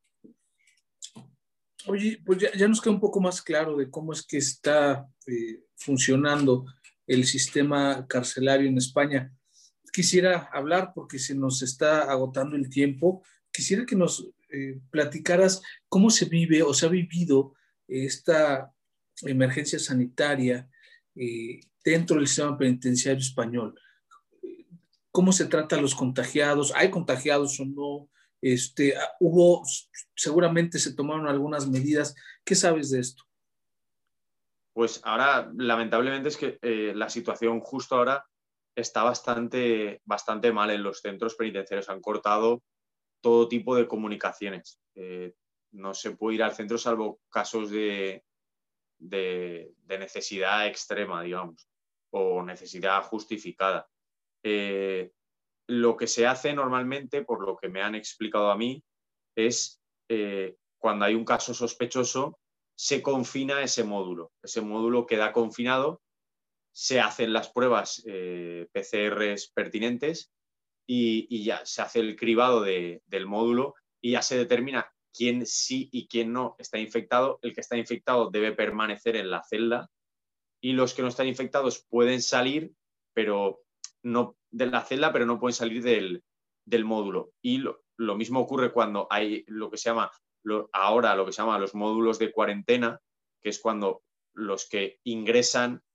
Oye, pues ya, ya nos queda un poco más claro de cómo es que está eh, funcionando el sistema carcelario en España. Quisiera hablar, porque se nos está agotando el tiempo, quisiera que nos eh, platicaras cómo se vive o se ha vivido esta emergencia sanitaria eh, dentro del sistema penitenciario español. ¿Cómo se trata a los contagiados? ¿Hay contagiados o no? Este, hubo, seguramente se tomaron algunas medidas. ¿Qué sabes de esto? Pues ahora, lamentablemente, es que eh, la situación justo ahora está bastante, bastante mal en los centros penitenciarios. Han cortado todo tipo de comunicaciones. Eh, no se puede ir al centro salvo casos de, de, de necesidad extrema, digamos, o necesidad justificada. Eh, lo que se hace normalmente, por lo que me han explicado a mí, es eh, cuando hay un caso sospechoso, se confina ese módulo. Ese módulo queda confinado, se hacen las pruebas eh, P C Rs pertinentes y, y ya se hace el cribado de, del módulo y ya se determina quién sí y quién no está infectado. El que está infectado debe permanecer en la celda y los que no están infectados pueden salir, pero no de la celda, pero no pueden salir del, del módulo. Y lo, lo mismo ocurre cuando hay lo que se llama lo, ahora lo que se llama los módulos de cuarentena, que es cuando los que ingresan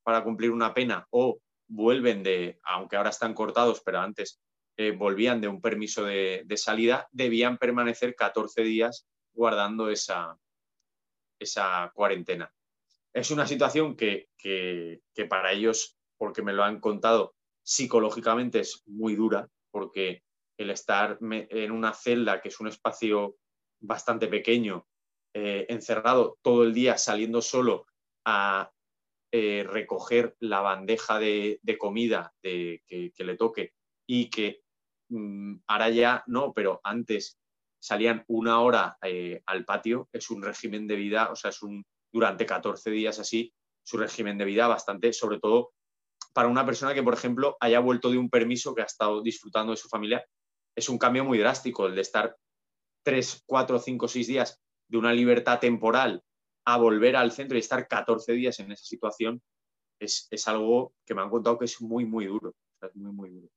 para cumplir una pena o vuelven de, aunque ahora están cortados, pero antes eh, volvían de un permiso de, de salida, debían permanecer catorce días guardando esa, esa cuarentena. Es una situación que, que, que para ellos, porque me lo han contado, psicológicamente es muy dura, porque el estar en una celda, que es un espacio bastante pequeño, eh, encerrado todo el día, saliendo solo a eh, recoger la bandeja de, de comida de, que, que le toque, y que mmm, ahora ya no, pero antes salían una hora eh, al patio, es un régimen de vida, o sea, es un, durante catorce días así, su régimen de vida bastante, sobre todo para una persona que, por ejemplo, haya vuelto de un permiso, que ha estado disfrutando de su familia, es un cambio muy drástico el de estar tres, cuatro, cinco, seis días de una libertad temporal a volver al centro y estar catorce días en esa situación. Es, es algo que me han contado que es muy, muy duro. O sea, es muy, muy duro.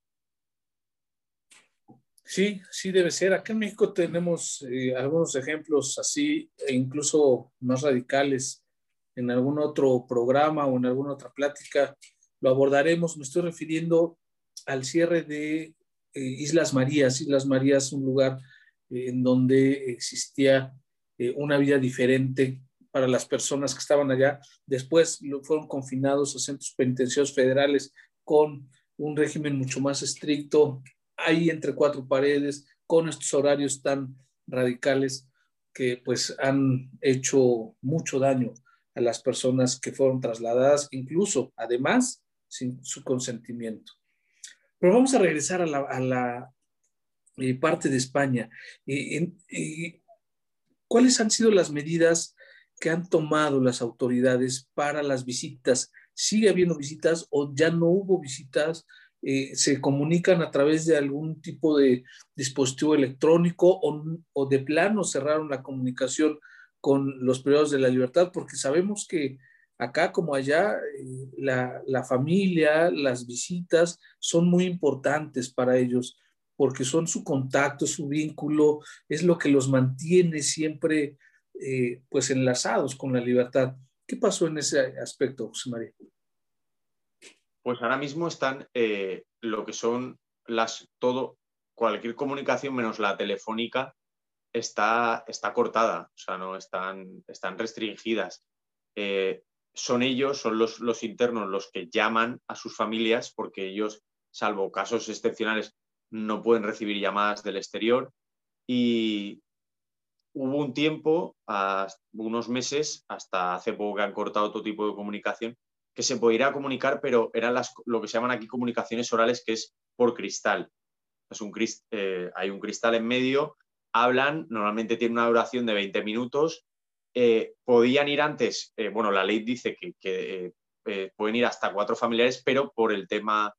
Sí, sí debe ser. Acá en México tenemos eh, algunos ejemplos así, e incluso más radicales. En algún otro programa o en alguna otra plática lo abordaremos. Me estoy refiriendo al cierre de eh, Islas Marías. Islas Marías, un lugar eh, en donde existía eh, una vida diferente para las personas que estaban allá. Después lo, fueron confinados a centros penitenciarios federales con un régimen mucho más estricto, ahí entre cuatro paredes, con estos horarios tan radicales que pues han hecho mucho daño a las personas que fueron trasladadas, incluso, además, sin su consentimiento. Pero vamos a regresar a la, a la eh, parte de España. Eh, eh, ¿Cuáles han sido las medidas que han tomado las autoridades para las visitas? ¿Sigue habiendo visitas o ya no hubo visitas? Eh, ¿Se comunican a través de algún tipo de dispositivo electrónico o, o de plano cerraron la comunicación con los privados de la libertad? Porque sabemos que acá como allá eh, la, la familia, las visitas son muy importantes para ellos porque son su contacto, su vínculo, es lo que los mantiene siempre eh, pues enlazados con la libertad. ¿Qué pasó en ese aspecto, José María? Pues ahora mismo están eh, lo que son las, todo, cualquier comunicación menos la telefónica está, está cortada, o sea, no están, están restringidas. Eh, son ellos, son los, los internos los que llaman a sus familias, porque ellos, salvo casos excepcionales, no pueden recibir llamadas del exterior. Y hubo un tiempo, unos meses, hasta hace poco que han cortado todo tipo de comunicación, que se podía comunicar, pero eran las, lo que se llaman aquí comunicaciones orales, que es por cristal. Es un, eh, hay un cristal en medio, hablan, normalmente tiene una duración de veinte minutos, eh, podían ir antes, eh, bueno, la ley dice que, que eh, eh, pueden ir hasta cuatro familiares, pero por el tema,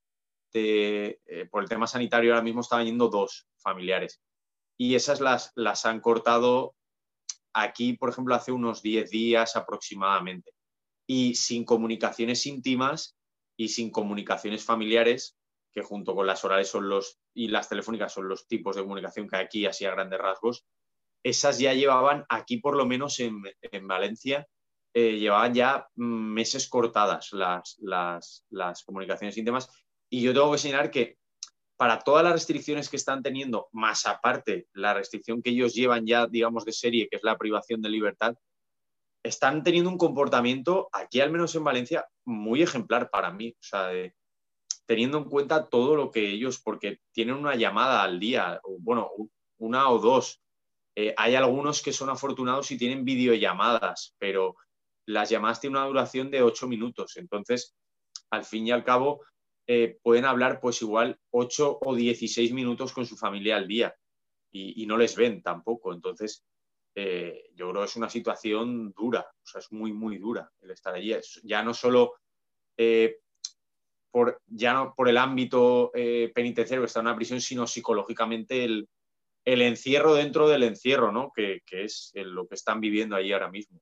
de, eh, por el tema sanitario ahora mismo estaban yendo dos familiares. Y esas las, las han cortado aquí, por ejemplo, hace unos diez días aproximadamente. Y sin comunicaciones íntimas y sin comunicaciones familiares, que junto con las orales son los, y las telefónicas son los tipos de comunicación que hay aquí, así a grandes rasgos, esas ya llevaban aquí, por lo menos en, en Valencia, eh, llevaban ya meses cortadas las, las, las comunicaciones íntimas. Y yo tengo que señalar que para todas las restricciones que están teniendo, más aparte la restricción que ellos llevan ya, digamos, de serie, que es la privación de libertad, están teniendo un comportamiento, aquí al menos en Valencia, muy ejemplar para mí. O sea, de, teniendo en cuenta todo lo que ellos, porque tienen una llamada al día, o, bueno, una o dos. Eh, hay algunos que son afortunados y tienen videollamadas, pero las llamadas tienen una duración de ocho minutos. Entonces, al fin y al cabo, eh, pueden hablar pues igual ocho o dieciséis minutos con su familia al día y, y no les ven tampoco. Entonces, eh, yo creo que es una situación dura, o sea, es muy, muy dura el estar allí. Es, ya no solo eh, por, ya no por el ámbito eh, penitenciario que está en una prisión, sino psicológicamente el, el encierro dentro del encierro, ¿no? Que, que es lo que están viviendo allí ahora mismo.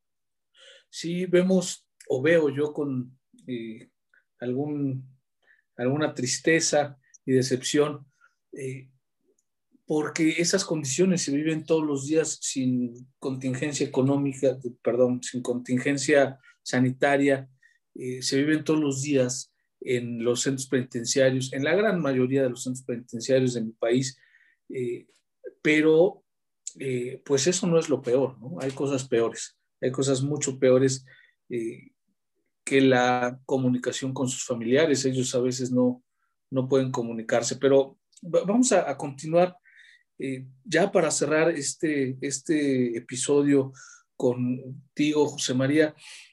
Sí, vemos o veo yo con eh, algún, alguna tristeza y decepción, eh, porque esas condiciones se viven todos los días sin contingencia económica, perdón, sin contingencia sanitaria, eh, se viven todos los días en los centros penitenciarios, en la gran mayoría de los centros penitenciarios de mi país, eh, pero eh, pues eso no es lo peor, ¿no? Hay cosas peores, hay cosas mucho peores eh, que la comunicación con sus familiares. Ellos a veces no, no pueden comunicarse, pero vamos a, a continuar eh, ya para cerrar este, este episodio contigo, José María.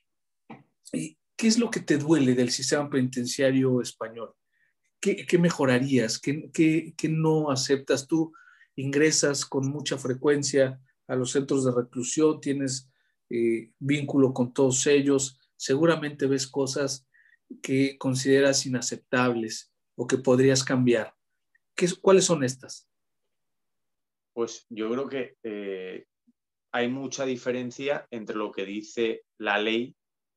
¿Qué es lo que te duele del sistema penitenciario español? ¿Qué, qué mejorarías? ¿Qué, qué, qué no aceptas? Tú ingresas con mucha frecuencia a los centros de reclusión, tienes eh, vínculo con todos ellos, seguramente ves cosas que consideras inaceptables o que podrías cambiar. ¿Qué, ¿Cuáles son estas? Pues yo creo que eh, hay mucha diferencia entre lo que dice la ley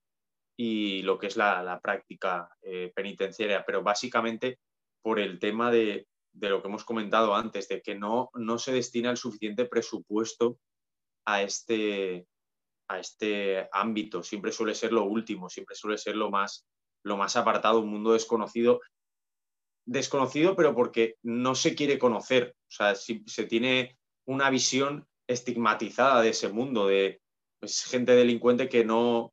y lo que es la, la práctica eh, penitenciaria, pero básicamente por el tema de, de lo que hemos comentado antes, de que no, no se destina el suficiente presupuesto a este, a este ámbito. Siempre suele ser lo último, siempre suele ser lo más, lo más apartado, un mundo desconocido. Desconocido, pero porque no se quiere conocer. O sea, si, se tiene una visión estigmatizada de ese mundo, de pues, gente delincuente que no...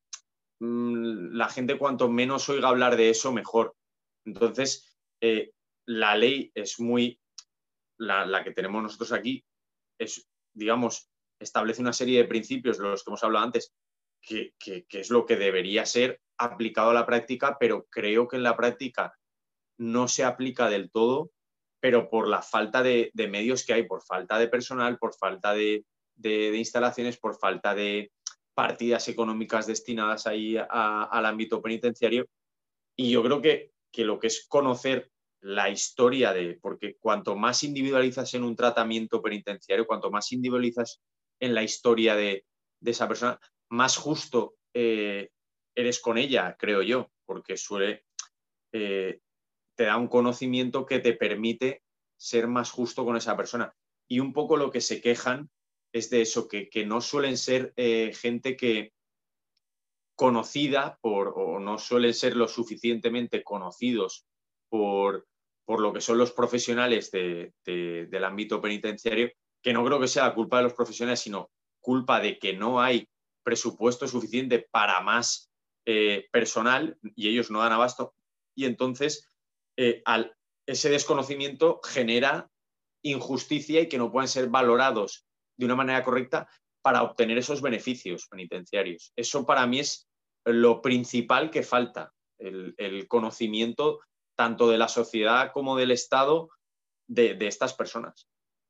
Mmm, la gente cuanto menos oiga hablar de eso, mejor. Entonces, eh, la ley es muy... La, la que tenemos nosotros aquí es, digamos, establece una serie de principios, de los que hemos hablado antes, que, que, que es lo que debería ser aplicado a la práctica, pero creo que en la práctica no se aplica del todo, pero por la falta de, de medios que hay, por falta de personal, por falta de, de, de instalaciones, por falta de partidas económicas destinadas ahí a, al ámbito penitenciario. Y yo creo que, que lo que es conocer la historia de, porque cuanto más individualizas en un tratamiento penitenciario, cuanto más individualizas en la historia de, de esa persona, más justo eh, eres con ella, creo yo, porque suele... Eh, te da un conocimiento que te permite ser más justo con esa persona. Y un poco lo que se quejan es de eso, que, que no suelen ser eh, gente que conocida por, o no suelen ser lo suficientemente conocidos por, por lo que son los profesionales de, de, del ámbito penitenciario, que no creo que sea culpa de los profesionales, sino culpa de que no hay presupuesto suficiente para más eh, personal y ellos no dan abasto. Y entonces eh, al, ese desconocimiento genera injusticia y que no pueden ser valorados de una manera correcta para obtener esos beneficios penitenciarios. Eso para mí es lo principal que falta, el, el conocimiento tanto de la sociedad como del Estado de, de estas personas.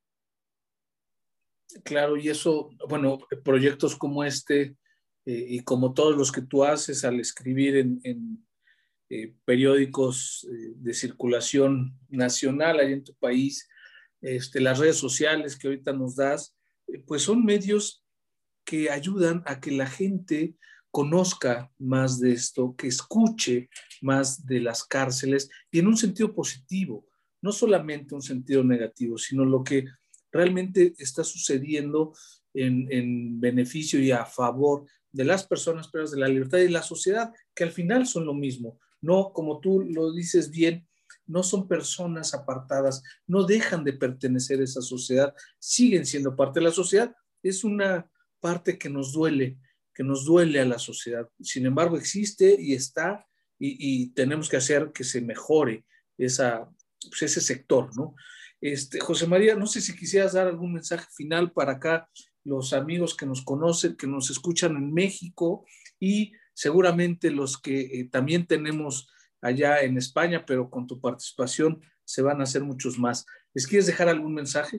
Claro, y eso, bueno, proyectos como este eh, y como todos los que tú haces al escribir en, en eh, periódicos eh, de circulación nacional allá en tu país, este, las redes sociales que ahorita nos das, eh, pues son medios que ayudan a que la gente conozca más de esto, que escuche más de las cárceles y en un sentido positivo, no solamente un sentido negativo, sino lo que realmente está sucediendo en, en beneficio y a favor de las personas privadas de la libertad y de la sociedad, que al final son lo mismo. No, como tú lo dices bien, no son personas apartadas, no dejan de pertenecer a esa sociedad, siguen siendo parte de la sociedad. Es una parte que nos duele, que nos duele a la sociedad. Sin embargo, existe y está y, y tenemos que hacer que se mejore esa, pues ese sector, ¿no? Este, José María, no sé si quisieras dar algún mensaje final para acá, los amigos que nos conocen, que nos escuchan en México y seguramente los que eh, también tenemos allá en España, pero con tu participación se van a hacer muchos más. ¿Les quieres dejar algún mensaje?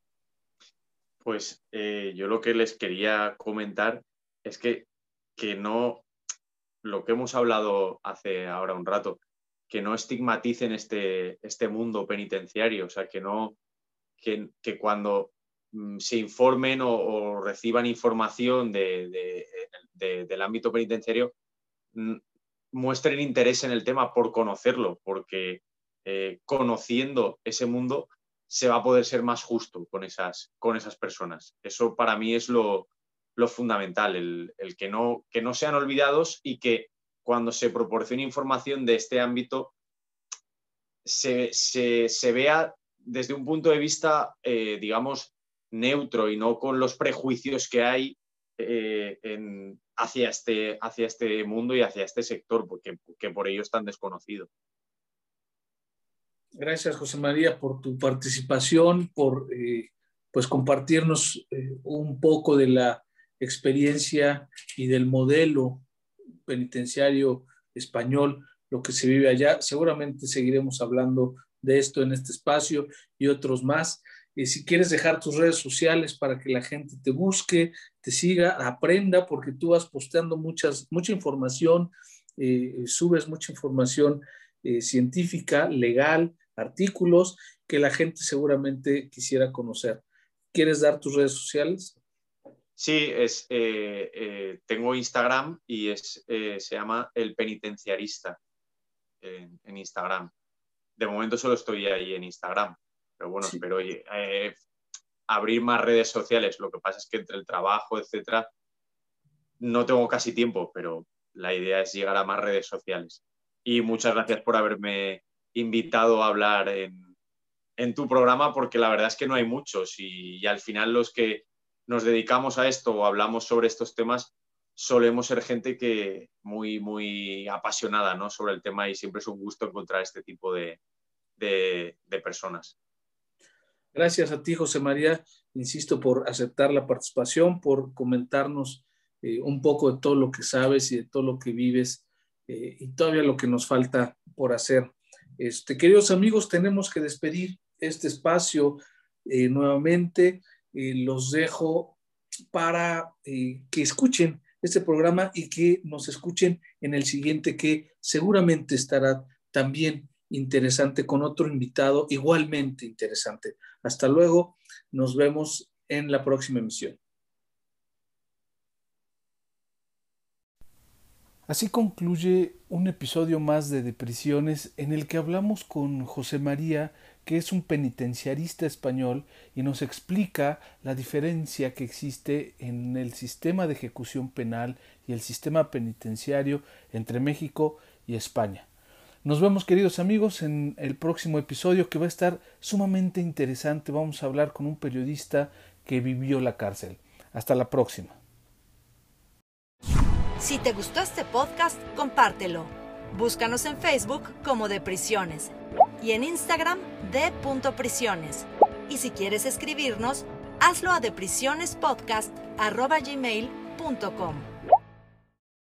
Pues eh, yo lo que les quería comentar es que, que no, lo que hemos hablado hace ahora un rato, que no estigmaticen este, este mundo penitenciario, o sea, que no, que, que cuando mm, se informen o, o reciban información de, de, de, del ámbito penitenciario, mm, muestren interés en el tema por conocerlo, porque eh, conociendo ese mundo se va a poder ser más justo con esas, con esas personas. Eso para mí es lo, lo fundamental, el, el que, no, que no sean olvidados y que cuando se proporciona información de este ámbito se, se, se vea desde un punto de vista, eh, digamos, neutro y no con los prejuicios que hay eh, en, hacia, este, hacia este mundo y hacia este sector, porque que por ello es tan desconocido. Gracias, José María, por tu participación, por eh, pues compartirnos eh, un poco de la experiencia y del modelo penitenciario español, lo que se vive allá. Seguramente seguiremos hablando de esto en este espacio y otros más. Eh, si quieres dejar tus redes sociales para que la gente te busque, te siga, aprenda, porque tú vas posteando muchas, mucha información, eh, subes mucha información eh, científica, legal, artículos que la gente seguramente quisiera conocer. ¿Quieres dar tus redes sociales? Sí, es, eh, eh, tengo Instagram y es, eh, se llama El Penitenciarista en, en Instagram. De momento solo estoy ahí en Instagram, pero bueno, sí. Espero eh, abrir más redes sociales. Lo que pasa es que entre el trabajo, etcétera, no tengo casi tiempo, pero la idea es llegar a más redes sociales. Y muchas gracias por haberme invitado a hablar en, en tu programa, porque la verdad es que no hay muchos y, y al final los que nos dedicamos a esto o hablamos sobre estos temas solemos ser gente que muy, muy apasionada, ¿no?, sobre el tema, y siempre es un gusto encontrar este tipo de, de, de personas. Gracias a ti, José María, insisto, por aceptar la participación, por comentarnos eh, un poco de todo lo que sabes y de todo lo que vives eh, y todavía lo que nos falta por hacer. Este, queridos amigos, tenemos que despedir este espacio eh, nuevamente. Eh, los dejo para eh, que escuchen este programa y que nos escuchen en el siguiente, que seguramente estará también interesante con otro invitado igualmente interesante. Hasta luego, nos vemos en la próxima emisión. Así concluye un episodio más de De Prisiones, en el que hablamos con José María, que es un penitenciarista español, y nos explica la diferencia que existe en el sistema de ejecución penal y el sistema penitenciario entre México y España. Nos vemos, queridos amigos, en el próximo episodio, que va a estar sumamente interesante. Vamos a hablar con un periodista que vivió la cárcel. Hasta la próxima. Si te gustó este podcast, compártelo. Búscanos en Facebook como De Prisiones y en Instagram de punto prisiones. Y si quieres escribirnos, hazlo a deprisionespodcast arroba gmail punto com.